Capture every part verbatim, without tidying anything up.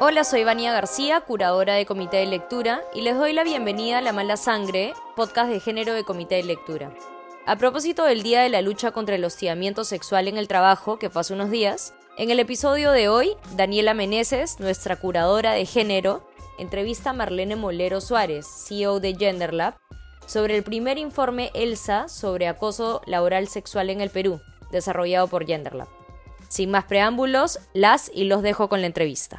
Hola, soy Vania García, curadora de Comité de Lectura, y les doy la bienvenida a La Mala Sangre, podcast de género de Comité de Lectura. A propósito del Día de la Lucha contra el Hostigamiento Sexual en el Trabajo, que fue hace unos días, en el episodio de hoy, Daniela Meneses, nuestra curadora de género, entrevista a Marlene Molero Suárez, C E O de GenderLab, sobre el primer informe ELSA sobre acoso laboral sexual en el Perú, desarrollado por GenderLab. Sin más preámbulos, las y los dejo con la entrevista.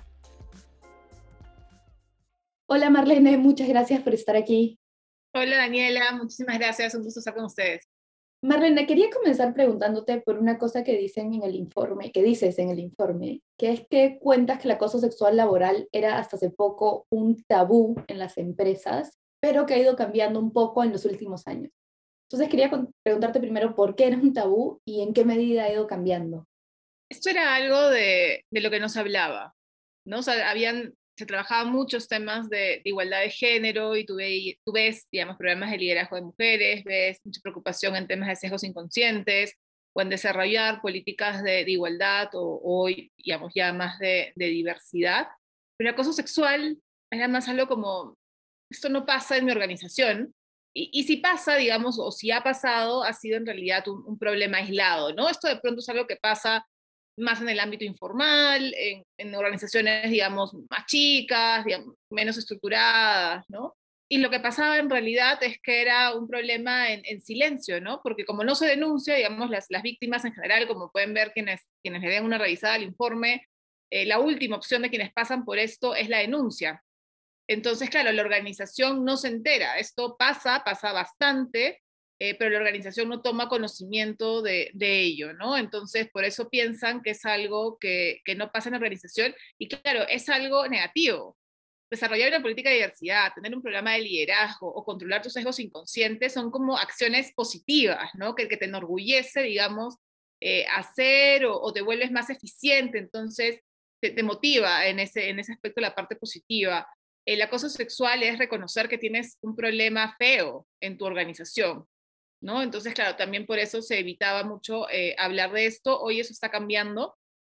Hola Marlene, muchas gracias por estar aquí. Hola Daniela, muchísimas gracias, un gusto estar con ustedes. Marlene, quería comenzar preguntándote por una cosa que dicen en el informe, que dices en el informe, que es que cuentas que el acoso sexual laboral era hasta hace poco un tabú en las empresas, pero que ha ido cambiando un poco en los últimos años. Entonces quería preguntarte primero por qué era un tabú y en qué medida ha ido cambiando. Esto era algo de, de lo que no se hablaba, ¿no? O sea, habían, se trabajaban muchos temas de, de igualdad de género y tú, ve, tú ves, digamos, programas de liderazgo de mujeres, ves mucha preocupación en temas de sesgos inconscientes o en desarrollar políticas de, de igualdad o, o, digamos, ya más de, de diversidad. Pero el acoso sexual era más algo como, esto no pasa en mi organización. Y, y si pasa, digamos, o si ha pasado, ha sido en realidad un, un problema aislado, ¿no? Esto de pronto es algo que pasa más en el ámbito informal, en, en organizaciones, digamos, más chicas, digamos, menos estructuradas, ¿no? Y lo que pasaba en realidad es que era un problema en, en silencio, ¿no? Porque como no se denuncia, digamos, las, las víctimas en general, como pueden ver quienes, quienes le den una revisada al informe, eh, la última opción de quienes pasan por esto es la denuncia. Entonces, claro, la organización no se entera. Esto pasa, pasa bastante, eh, pero la organización no toma conocimiento de, de ello, ¿no? Entonces, por eso piensan que es algo que, que no pasa en la organización. Y claro, es algo negativo. Desarrollar una política de diversidad, tener un programa de liderazgo o controlar tus sesgos inconscientes son como acciones positivas, ¿no? Que, que te enorgullece, digamos, eh, hacer o, o te vuelves más eficiente. Entonces, te, te motiva en ese, en ese aspecto la parte positiva. El acoso sexual es reconocer que tienes un problema feo en tu organización, ¿no? Entonces, claro, también por eso se evitaba mucho eh, hablar de esto. Hoy eso está cambiando.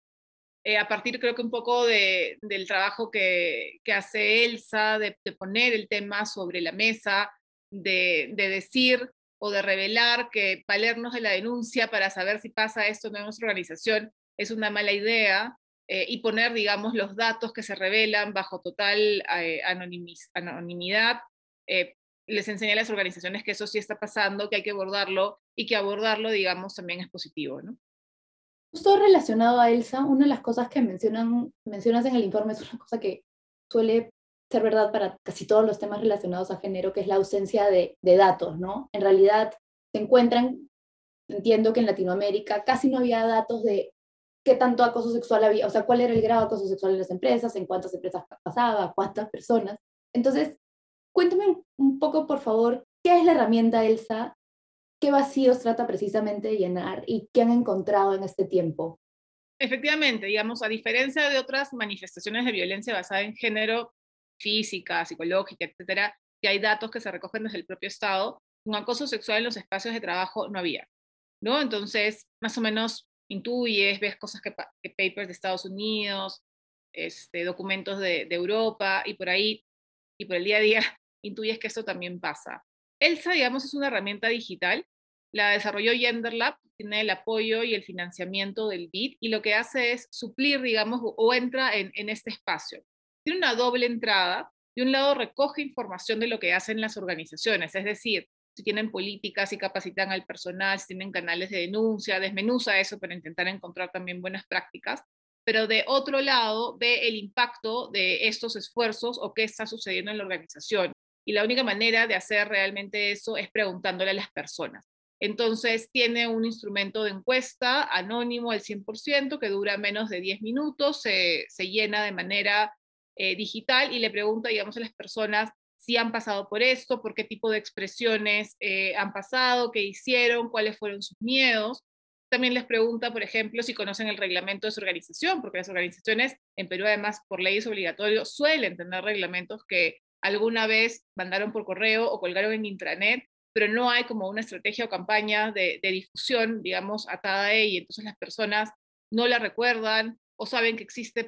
Eh, a partir creo que un poco de, del trabajo que, que hace Elsa, de, de, poner el tema sobre la mesa, de, de decir o de revelar que valernos de la denuncia para saber si pasa esto en nuestra organización es una mala idea, eh, y poner, digamos, los datos que se revelan bajo total eh, anonimidad. Eh, les enseña a las organizaciones que eso sí está pasando, que hay que abordarlo y que abordarlo, digamos, también es positivo, ¿no? Justo relacionado a Elsa, una de las cosas que mencionan, mencionas en el informe es una cosa que suele ser verdad para casi todos los temas relacionados a género, que es la ausencia de, de datos, ¿no? En realidad se encuentran, entiendo que en Latinoamérica casi no había datos de qué tanto acoso sexual había, o sea, cuál era el grado de acoso sexual en las empresas, en cuántas empresas pasaba, cuántas personas. Entonces, cuéntame un poco, por favor, ¿qué es la herramienta Elsa? ¿Qué vacíos trata precisamente de llenar y qué han encontrado en este tiempo? Efectivamente, digamos, a diferencia de otras manifestaciones de violencia basada en género, física, psicológica, etcétera, que hay datos que se recogen desde el propio Estado, un acoso sexual en los espacios de trabajo no había, ¿no? Entonces, más o menos intuyes, ves cosas que, que papers de Estados Unidos, este, documentos de, de Europa y por ahí, y por el día a día, intuyes que esto también pasa. ELSA, digamos, es una herramienta digital. La desarrolló GenderLab, tiene el apoyo y el financiamiento del B I D, y lo que hace es suplir, digamos, o entra en, en este espacio. Tiene una doble entrada. De un lado, recoge información de lo que hacen las organizaciones, es decir, si tienen políticas, si capacitan al personal, si tienen canales de denuncia, desmenuza eso para intentar encontrar también buenas prácticas. Pero de otro lado, ve el impacto de estos esfuerzos o qué está sucediendo en la organización. Y la única manera de hacer realmente eso es preguntándole a las personas. Entonces tiene un instrumento de encuesta anónimo al cien por ciento que dura menos de diez minutos, se, se llena de manera eh, digital y le pregunta, digamos, a las personas si han pasado por esto, por qué tipo de expresiones eh, han pasado, qué hicieron, cuáles fueron sus miedos. También les pregunta, por ejemplo, si conocen el reglamento de su organización, porque las organizaciones en Perú, además, por ley es obligatorio, suelen tener reglamentos que alguna vez mandaron por correo o colgaron en intranet, pero no hay como una estrategia o campaña de, de difusión, digamos, atada a ella. Entonces las personas no la recuerdan o saben que existe, pero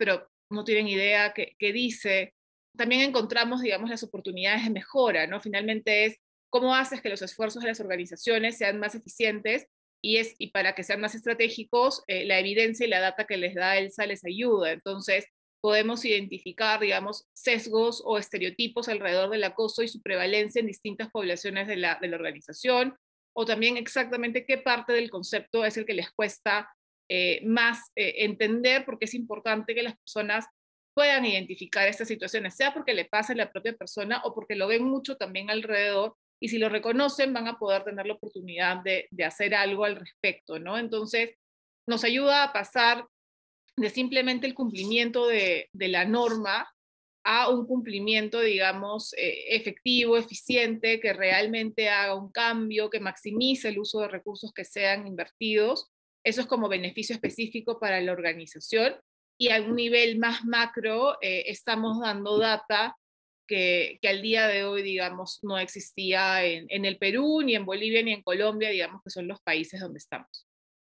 no tienen idea qué, qué dice. También encontramos, digamos, las oportunidades de mejora, ¿no? Finalmente es cómo haces que los esfuerzos de las organizaciones sean más eficientes y, es, y para que sean más estratégicos, eh, la evidencia y la data que les da ELSA les ayuda. Entonces, podemos identificar, digamos, sesgos o estereotipos alrededor del acoso y su prevalencia en distintas poblaciones de la, de la organización, o también exactamente qué parte del concepto es el que les cuesta eh, más eh, entender, porque es importante que las personas puedan identificar estas situaciones, sea porque le pasa a la propia persona o porque lo ven mucho también alrededor, y si lo reconocen van a poder tener la oportunidad de, de hacer algo al respecto, ¿no? Entonces, nos ayuda a pasar de simplemente el cumplimiento de, de la norma a un cumplimiento, digamos, eh, efectivo, eficiente, que realmente haga un cambio, que maximice el uso de recursos que sean invertidos. Eso es como beneficio específico para la organización. Y a un nivel más macro, eh, estamos dando data que, que al día de hoy, digamos, no existía en, en el Perú, ni en Bolivia, ni en Colombia, digamos, que son los países donde estamos.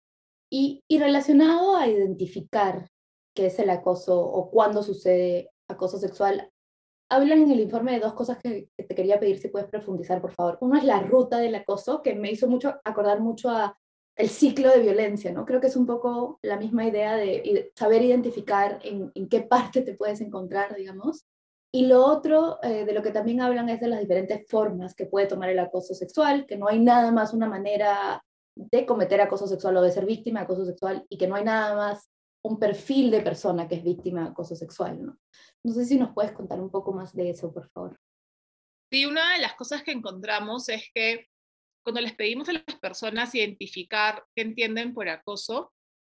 Y, y relacionado a identificar qué es el acoso o cuándo sucede acoso sexual, hablan en el informe de dos cosas que, que te quería pedir si puedes profundizar, por favor. Uno es la ruta del acoso, que me hizo mucho acordar mucho a el ciclo de violencia, ¿no? Creo que es un poco la misma idea de saber identificar en, en qué parte te puedes encontrar, digamos. Y lo otro, eh, de lo que también hablan, es de las diferentes formas que puede tomar el acoso sexual, que no hay nada más una manera de cometer acoso sexual o de ser víctima de acoso sexual, y que no hay nada más un perfil de persona que es víctima de acoso sexual, ¿no? No sé si nos puedes contar un poco más de eso, por favor. Sí, una de las cosas que encontramos es que cuando les pedimos a las personas identificar qué entienden por acoso,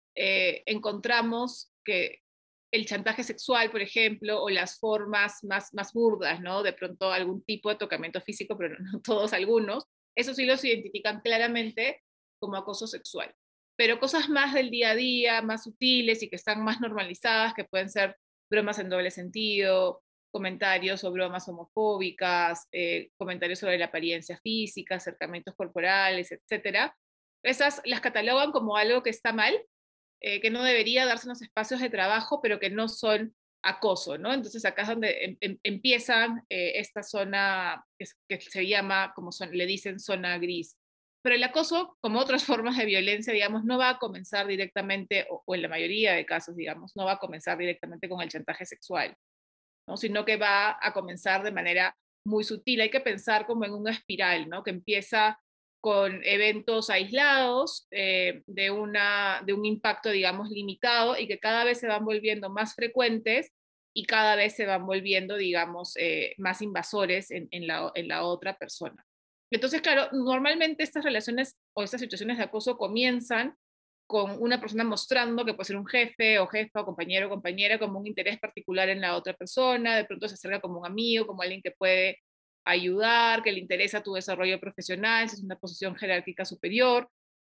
eh, encontramos que el chantaje sexual, por ejemplo, o las formas más, más burdas, ¿no? De pronto algún tipo de tocamiento físico, pero no, no todos, algunos, eso sí los identifican claramente como acoso sexual. Pero cosas más del día a día, más sutiles y que están más normalizadas, que pueden ser bromas en doble sentido, comentarios o bromas homofóbicas, eh, comentarios sobre la apariencia física, acercamientos corporales, etcétera. Esas las catalogan como algo que está mal, eh, que no debería darse en los espacios de trabajo, pero que no son acoso, ¿no? Entonces acá es donde em, em, empiezan eh, esta zona que, que se llama, como son, le dicen, zona gris. Pero el acoso, como otras formas de violencia, digamos, no va a comenzar directamente, o, o en la mayoría de casos, digamos, no va a comenzar directamente con el chantaje sexual, ¿no? Sino que va a comenzar de manera muy sutil. Hay que pensar como en una espiral, ¿no? Que empieza con eventos aislados, eh, de, una, de un impacto, digamos, limitado, y que cada vez se van volviendo más frecuentes y cada vez se van volviendo, digamos, eh, más invasores en, en, la, en la otra persona. Entonces, claro, normalmente estas relaciones o estas situaciones de acoso comienzan con una persona mostrando que puede ser un jefe o jefa o compañero o compañera como un interés particular en la otra persona, de pronto se acerca como un amigo, como alguien que puede ayudar, que le interesa tu desarrollo profesional, si es una posición jerárquica superior.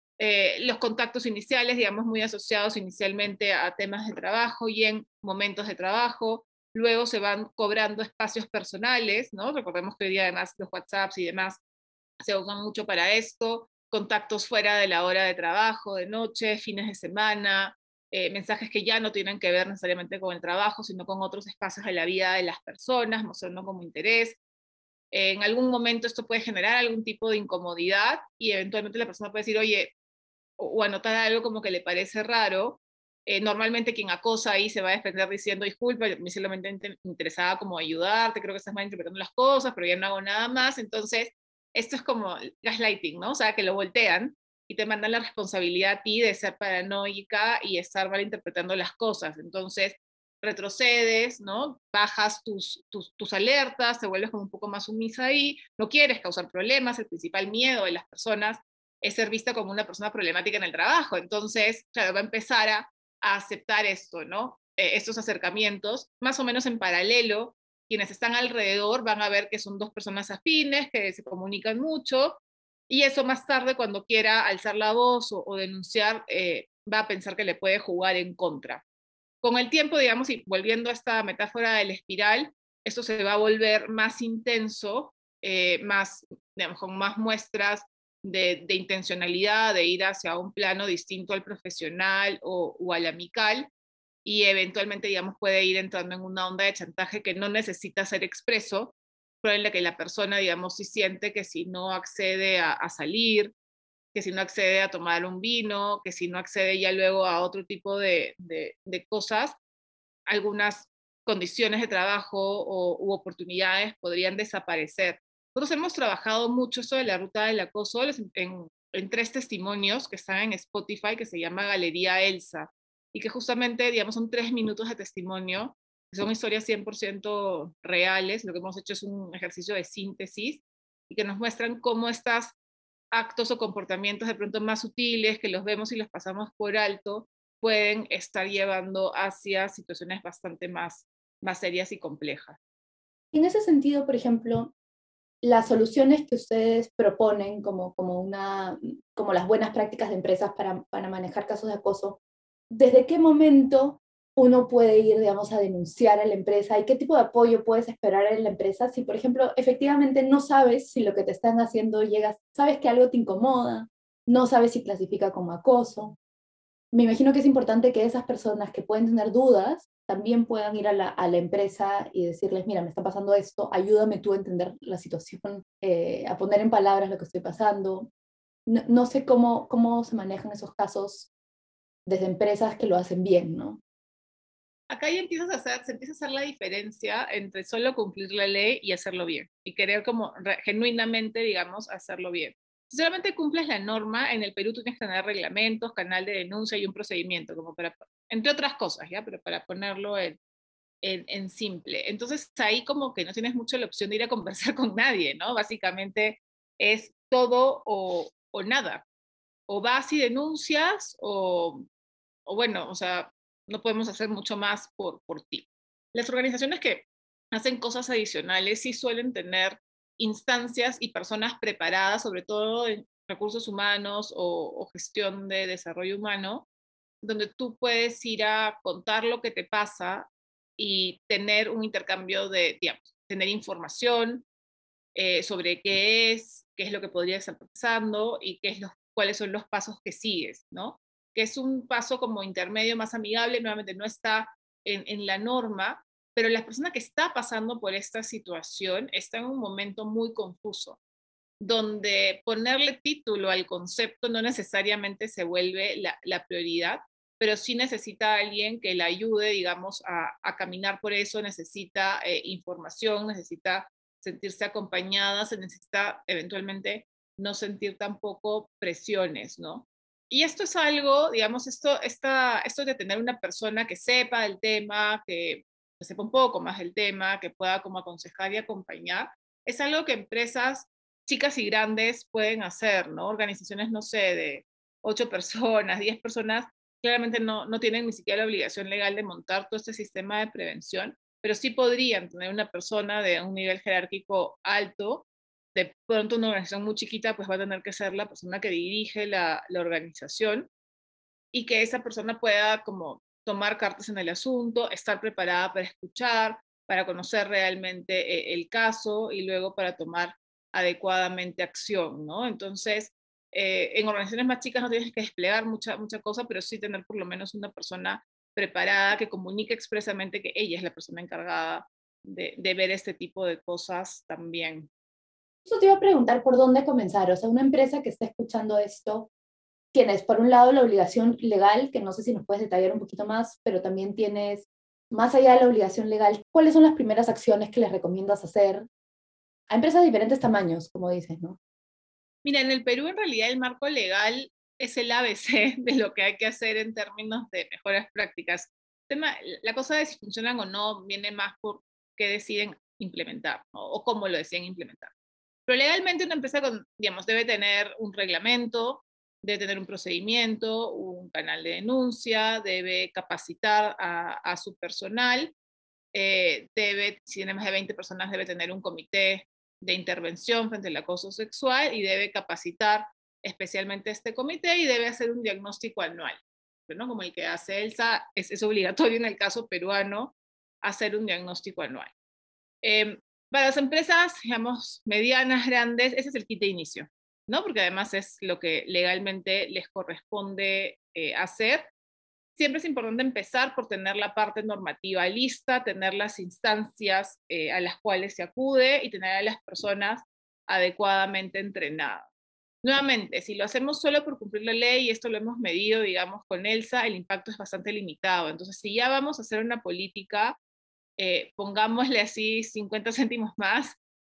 Eh, los contactos iniciales, digamos, muy asociados inicialmente a temas de trabajo y en momentos de trabajo, luego se van cobrando espacios personales, ¿no? Recordemos que hoy día además los WhatsApps y demás se usan mucho para esto, contactos fuera de la hora de trabajo, de noche, fines de semana, eh, mensajes que ya no tienen que ver necesariamente con el trabajo, sino con otros espacios de la vida de las personas, mostrando como interés. Eh, en algún momento esto puede generar algún tipo de incomodidad y eventualmente la persona puede decir, oye, o, o anotar algo como que le parece raro. Eh, normalmente quien acosa ahí se va a defender diciendo, disculpa, me solamente interesaba como ayudarte, creo que estás malinterpretando las cosas, pero ya no hago nada más. Entonces, esto es como gaslighting, ¿no? O sea, que lo voltean y te mandan la responsabilidad a ti de ser paranoica y estar malinterpretando las cosas. Entonces, retrocedes, ¿no? Bajas tus, tus, tus alertas, te vuelves como un poco más sumisa ahí, no quieres causar problemas, el principal miedo de las personas es ser vista como una persona problemática en el trabajo. Entonces, claro, va a empezar a, a aceptar esto, ¿no? Eh, estos acercamientos, más o menos en paralelo, quienes están alrededor van a ver que son dos personas afines, que se comunican mucho, y eso más tarde, cuando quiera alzar la voz o, o denunciar, eh, va a pensar que le puede jugar en contra. Con el tiempo, digamos, y volviendo a esta metáfora del espiral, esto se va a volver más intenso, eh, más, digamos, con más muestras de, de intencionalidad, de ir hacia un plano distinto al profesional o, o al amical, y eventualmente, digamos, puede ir entrando en una onda de chantaje que no necesita ser expreso, pero en la que la persona, digamos, sí siente que si no accede a, a salir, que si no accede a tomar un vino, que si no accede ya luego a otro tipo de, de, de cosas, algunas condiciones de trabajo o, u oportunidades podrían desaparecer. Nosotros hemos trabajado mucho esto de la ruta del acoso en, en tres testimonios que están en Spotify, que se llama Galería Elsa, y que justamente, digamos, son tres minutos de testimonio, que son historias cien por ciento reales. Lo que hemos hecho es un ejercicio de síntesis y que nos muestran cómo estas actos o comportamientos de pronto más sutiles, que los vemos y los pasamos por alto, pueden estar llevando hacia situaciones bastante más, más serias y complejas. En ese sentido, por ejemplo, las soluciones que ustedes proponen como, como, una, como las buenas prácticas de empresas para, para manejar casos de acoso, ¿desde qué momento uno puede ir, digamos, a denunciar a la empresa y qué tipo de apoyo puedes esperar en la empresa si, por ejemplo, efectivamente no sabes si lo que te están haciendo llega, sabes que algo te incomoda, no sabes si clasifica como acoso? Me imagino que es importante que esas personas que pueden tener dudas también puedan ir a la, a la empresa y decirles, mira, me está pasando esto, ayúdame tú a entender la situación, eh, a poner en palabras lo que estoy pasando. No, no sé cómo, cómo se manejan esos casos desde empresas que lo hacen bien, ¿no? Acá ya empiezas a hacer, se empieza a hacer la diferencia entre solo cumplir la ley y hacerlo bien, y querer como re, genuinamente, digamos, hacerlo bien. Si solamente cumples la norma, en el Perú tú tienes que tener reglamentos, canal de denuncia y un procedimiento, como para, entre otras cosas, ¿ya? Pero para ponerlo en, en, en simple. Entonces ahí como que no tienes mucho la opción de ir a conversar con nadie, ¿no? Básicamente es todo o, o nada. O vas y denuncias o, o bueno, o sea, no podemos hacer mucho más por, por ti. Las organizaciones que hacen cosas adicionales sí suelen tener instancias y personas preparadas, sobre todo en recursos humanos o, o gestión de desarrollo humano, donde tú puedes ir a contar lo que te pasa y tener un intercambio de, digamos, tener información eh, sobre qué es, qué es lo que podría estar pasando y qué es los, cuáles son los pasos que sigues, ¿no? Que es un paso como intermedio más amigable, nuevamente no está en, en la norma, pero la persona que está pasando por esta situación está en un momento muy confuso, donde ponerle título al concepto no necesariamente se vuelve la, la prioridad, pero sí necesita a alguien que la ayude, digamos, a, a caminar por eso, necesita eh, información, necesita sentirse acompañada, se necesita eventualmente no sentir tampoco presiones, ¿no? Y esto es algo, digamos, esto, esta, esto de tener una persona que sepa el tema, que, que sepa un poco más del tema, que pueda como aconsejar y acompañar, es algo que empresas chicas y grandes pueden hacer, ¿no? Organizaciones, no sé, de ocho personas, diez personas, claramente no, no tienen ni siquiera la obligación legal de montar todo este sistema de prevención, pero sí podrían tener una persona de un nivel jerárquico alto. De pronto una organización muy chiquita pues va a tener que ser la persona que dirige la, la organización y que esa persona pueda como tomar cartas en el asunto, estar preparada para escuchar, para conocer realmente eh, el caso y luego para tomar adecuadamente acción, ¿no? Entonces, eh, en organizaciones más chicas no tienes que desplegar mucha, mucha cosa, pero sí tener por lo menos una persona preparada que comunique expresamente que ella es la persona encargada de, de ver este tipo de cosas también. Eso te iba a preguntar por dónde comenzar. O sea, una empresa que está escuchando esto, tienes por un lado la obligación legal, que no sé si nos puedes detallar un poquito más, pero también tienes, más allá de la obligación legal, ¿cuáles son las primeras acciones que les recomiendas hacer a empresas de diferentes tamaños, como dices, ¿no? Mira, en el Perú en realidad el marco legal es el A B C de lo que hay que hacer en términos de mejoras prácticas. Tema, la cosa de si funcionan o no viene más por qué deciden implementar, ¿no? O cómo lo deciden implementar. Pero legalmente una empresa, con, digamos, debe tener un reglamento, debe tener un procedimiento, un canal de denuncia, debe capacitar a, a su personal, eh, debe, si tiene más de veinte personas, debe tener un comité de intervención frente al acoso sexual y debe capacitar especialmente este comité y debe hacer un diagnóstico anual, ¿no? Como el que hace Elsa, es, es obligatorio en el caso peruano hacer un diagnóstico anual. Eh, para las empresas, digamos, medianas, grandes, ese es el kit de inicio, ¿no? Porque además es lo que legalmente les corresponde eh, hacer. siempre es importante empezar por tener la parte normativa lista, tener las instancias eh, a las cuales se acude y tener a las personas adecuadamente entrenadas. Nuevamente, si lo hacemos solo por cumplir la ley, y esto lo hemos medido, digamos, con ELSA, el impacto es bastante limitado. Entonces, si ya vamos a hacer una política, eh, pongámosle así cincuenta céntimos más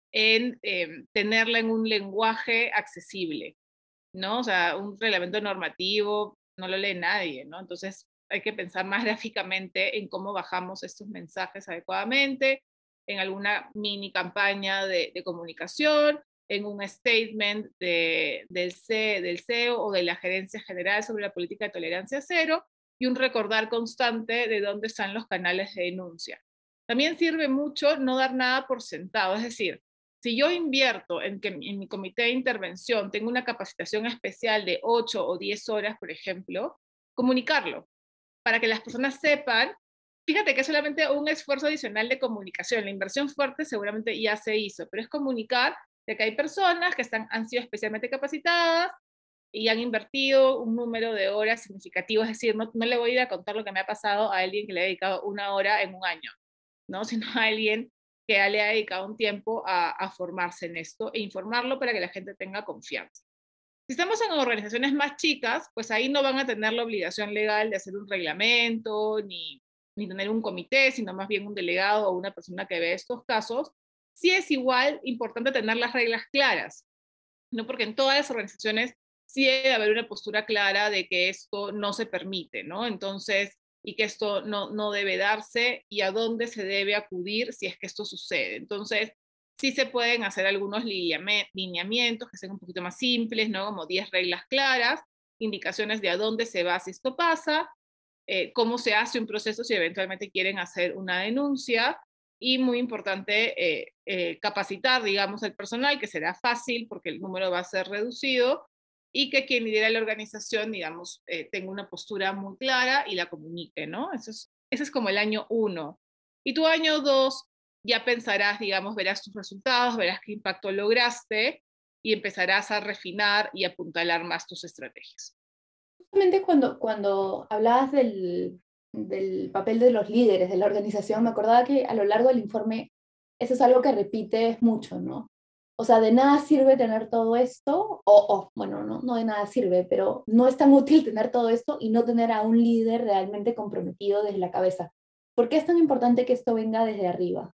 en eh, tenerla en un lenguaje accesible, ¿no? O sea, un reglamento normativo no lo lee nadie, ¿no? Entonces, hay que pensar más gráficamente en cómo bajamos estos mensajes adecuadamente, en alguna mini campaña de, de comunicación, en un statement de, del, C, del C E O o de la Gerencia General sobre la política de tolerancia cero, y un recordar constante de dónde están los canales de denuncia. También sirve mucho no dar nada por sentado, es decir, si yo invierto en que en mi comité de intervención tengo una capacitación especial de ocho o diez horas, por ejemplo, comunicarlo para que las personas sepan. Fíjate que es solamente un esfuerzo adicional de comunicación. La inversión fuerte seguramente ya se hizo, pero es comunicar de que hay personas que están, han sido especialmente capacitadas y han invertido un número de horas significativo. Es decir, no, no le voy a ir a contar lo que me ha pasado a alguien que le ha dedicado una hora en un año, ¿no? Sino a alguien que le ha dedicado un tiempo a, a formarse en esto e informarlo para que la gente tenga confianza. Si estamos en organizaciones más chicas, pues ahí no van a tener la obligación legal de hacer un reglamento, ni, ni tener un comité, sino más bien un delegado o una persona que ve estos casos. Sí es igual importante tener las reglas claras, ¿no? Porque en todas las organizaciones sí debe haber una postura clara de que esto no se permite, ¿no? Entonces, y que esto no, no debe darse y a dónde se debe acudir si es que esto sucede. Entonces, sí se pueden hacer algunos lineamientos que sean un poquito más simples, ¿no? Como diez reglas claras, indicaciones de a dónde se va si esto pasa, eh, cómo se hace un proceso si eventualmente quieren hacer una denuncia, y muy importante, eh, eh, capacitar, digamos, al personal, que será fácil porque el número va a ser reducido, y que quien lidera la organización, digamos, eh, tenga una postura muy clara y la comunique, ¿no? Eso es, ese es como el año uno. Y tu año dos ya pensarás, digamos, verás tus resultados, verás qué impacto lograste y empezarás a refinar y apuntalar más tus estrategias. Justamente cuando, cuando hablabas del, del papel de los líderes de la organización, me acordaba que a lo largo del informe eso es algo que repites mucho, ¿no? O sea, de nada sirve tener todo esto, o, o bueno, no, no de nada sirve, pero no es tan útil tener todo esto y no tener a un líder realmente comprometido desde la cabeza. ¿Por qué es tan importante que esto venga desde arriba?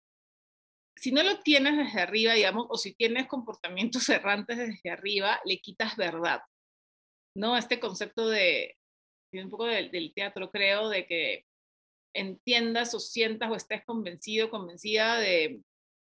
Si no lo tienes desde arriba, digamos, o si tienes comportamientos errantes desde arriba, le quitas verdad, ¿no? Este concepto de, un poco del, del teatro, creo, de que entiendas o sientas o estés convencido, convencida de,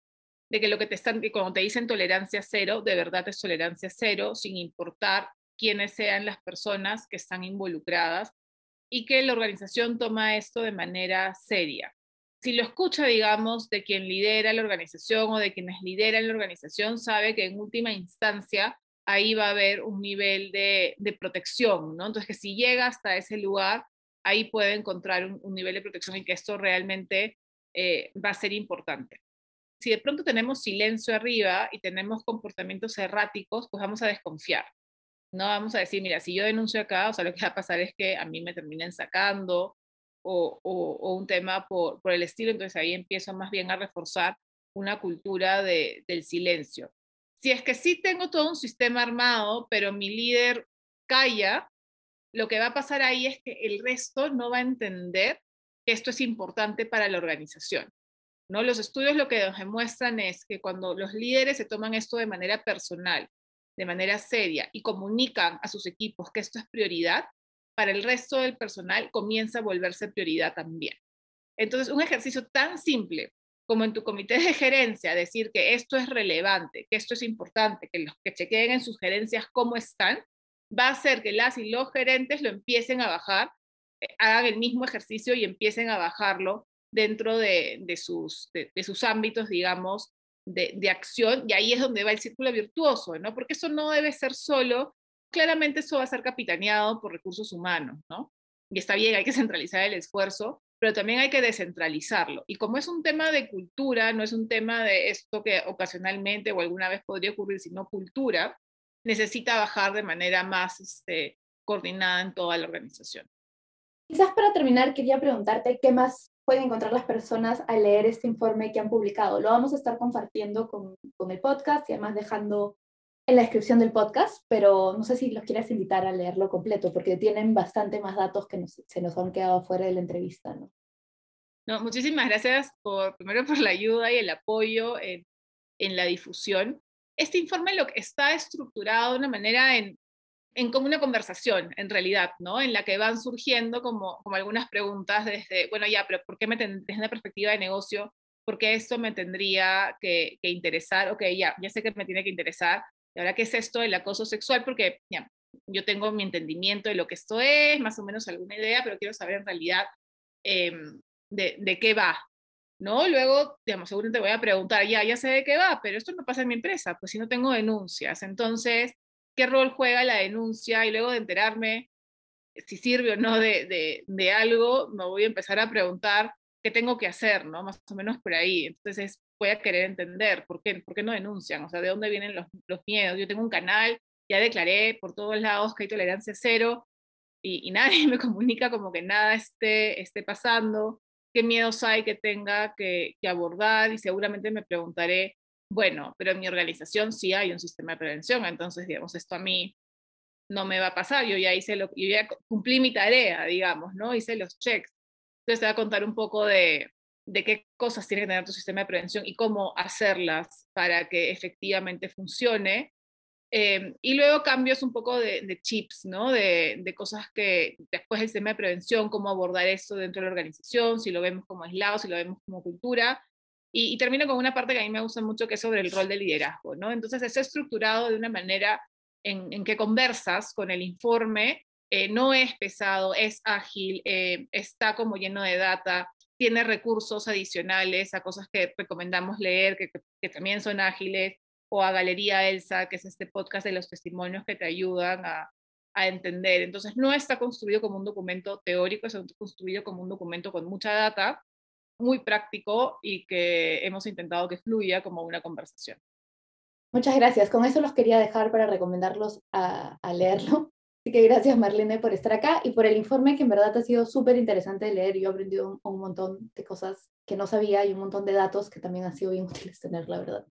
de que lo que te están, que cuando te dicen tolerancia cero, de verdad es tolerancia cero, sin importar quiénes sean las personas que están involucradas, y que la organización toma esto de manera seria. Si lo escucha, digamos, de quien lidera la organización o de quienes lideran la organización, sabe que en última instancia ahí va a haber un nivel de, de protección, ¿no? Entonces, que si llega hasta ese lugar, ahí puede encontrar un, un nivel de protección, y que esto realmente eh, va a ser importante. Si de pronto tenemos silencio arriba y tenemos comportamientos erráticos, pues vamos a desconfiar. No vamos a decir, mira, si yo denuncio acá, o sea, lo que va a pasar es que a mí me terminen sacando, o, o, o un tema por, por el estilo. Entonces ahí empiezo más bien a reforzar una cultura de, del silencio. Si es que sí tengo todo un sistema armado, pero mi líder calla, lo que va a pasar ahí es que el resto no va a entender que esto es importante para la organización, ¿no? Los estudios lo que nos demuestran es que cuando los líderes se toman esto de manera personal, de manera seria, y comunican a sus equipos que esto es prioridad, para el resto del personal comienza a volverse prioridad también. Entonces, un ejercicio tan simple como en tu comité de gerencia, decir que esto es relevante, que esto es importante, que los que chequeen en sus gerencias cómo están, va a hacer que las y los gerentes lo empiecen a bajar, eh, hagan el mismo ejercicio y empiecen a bajarlo dentro de, de, sus, de, de sus ámbitos, digamos, de, de acción, y ahí es donde va el círculo virtuoso, ¿no? Porque eso no debe ser solo, claramente eso va a ser capitaneado por recursos humanos, ¿no? Y está bien, hay que centralizar el esfuerzo, pero también hay que descentralizarlo. Y como es un tema de cultura, no es un tema de esto que ocasionalmente o alguna vez podría ocurrir, sino cultura, necesita bajar de manera más este, coordinada en toda la organización. Quizás para terminar, quería preguntarte qué más pueden encontrar las personas al leer este informe que han publicado. Lo vamos a estar compartiendo con, con el podcast y además dejando en la descripción del podcast, pero no sé si los quieres invitar a leerlo completo, porque tienen bastante más datos que nos, se nos han quedado fuera de la entrevista, ¿no? No, muchísimas gracias por, primero por la ayuda y el apoyo en, en la difusión. Este informe lo que está estructurado de una manera en, en como una conversación, en realidad, ¿no? En la que van surgiendo como, como algunas preguntas desde, bueno, ya, pero ¿por qué me ten, desde una perspectiva de negocio, por qué esto me tendría que, que interesar? Ok, ya, ya sé que me tiene que interesar. ¿Y ahora qué es esto del acoso sexual? Porque ya, yo tengo mi entendimiento de lo que esto es, más o menos alguna idea, pero quiero saber en realidad eh, de, de qué va, ¿no? Luego, digamos, seguro te voy a preguntar, ya, ya sé de qué va, pero esto no pasa en mi empresa, pues si no tengo denuncias. Entonces, ¿qué rol juega la denuncia? Y luego de enterarme si sirve o no de, de, de algo, me voy a empezar a preguntar qué tengo que hacer, ¿no? Más o menos por ahí. Entonces, voy a querer entender por qué, por qué no denuncian, o sea, de dónde vienen los, los miedos. Yo tengo un canal, ya declaré por todos lados que hay tolerancia cero, y, y nadie me comunica como que nada esté, esté pasando, qué miedos hay que tenga que, que abordar, y seguramente me preguntaré, bueno, pero en mi organización sí hay un sistema de prevención, entonces, digamos, esto a mí no me va a pasar, yo ya hice lo, yo ya cumplí mi tarea, digamos, ¿no? Hice los checks. Entonces te voy a contar un poco de, de qué cosas tiene que tener tu sistema de prevención y cómo hacerlas para que efectivamente funcione. Eh, y luego cambios un poco de, de chips, ¿no? De, de, cosas que después del sistema de prevención, cómo abordar eso dentro de la organización, si lo vemos como aislado, si lo vemos como cultura. Y, y termino con una parte que a mí me gusta mucho, que es sobre el rol del liderazgo, ¿no? Entonces, está estructurado de una manera en, en que conversas con el informe, eh, no es pesado, es ágil, eh, está como lleno de data, tiene recursos adicionales a cosas que recomendamos leer, que, que, que también son ágiles, o a Galería Elsa, que es este podcast de los testimonios que te ayudan a, a entender. Entonces, no está construido como un documento teórico, está construido como un documento con mucha data, muy práctico y que hemos intentado que fluya como una conversación. Muchas gracias. Con eso los quería dejar para recomendarlos a, a leerlo. Así que gracias, Marlene, por estar acá y por el informe, que en verdad ha sido súper interesante de leer. Yo he aprendido un, un montón de cosas que no sabía y un montón de datos que también han sido bien útiles tener, la verdad.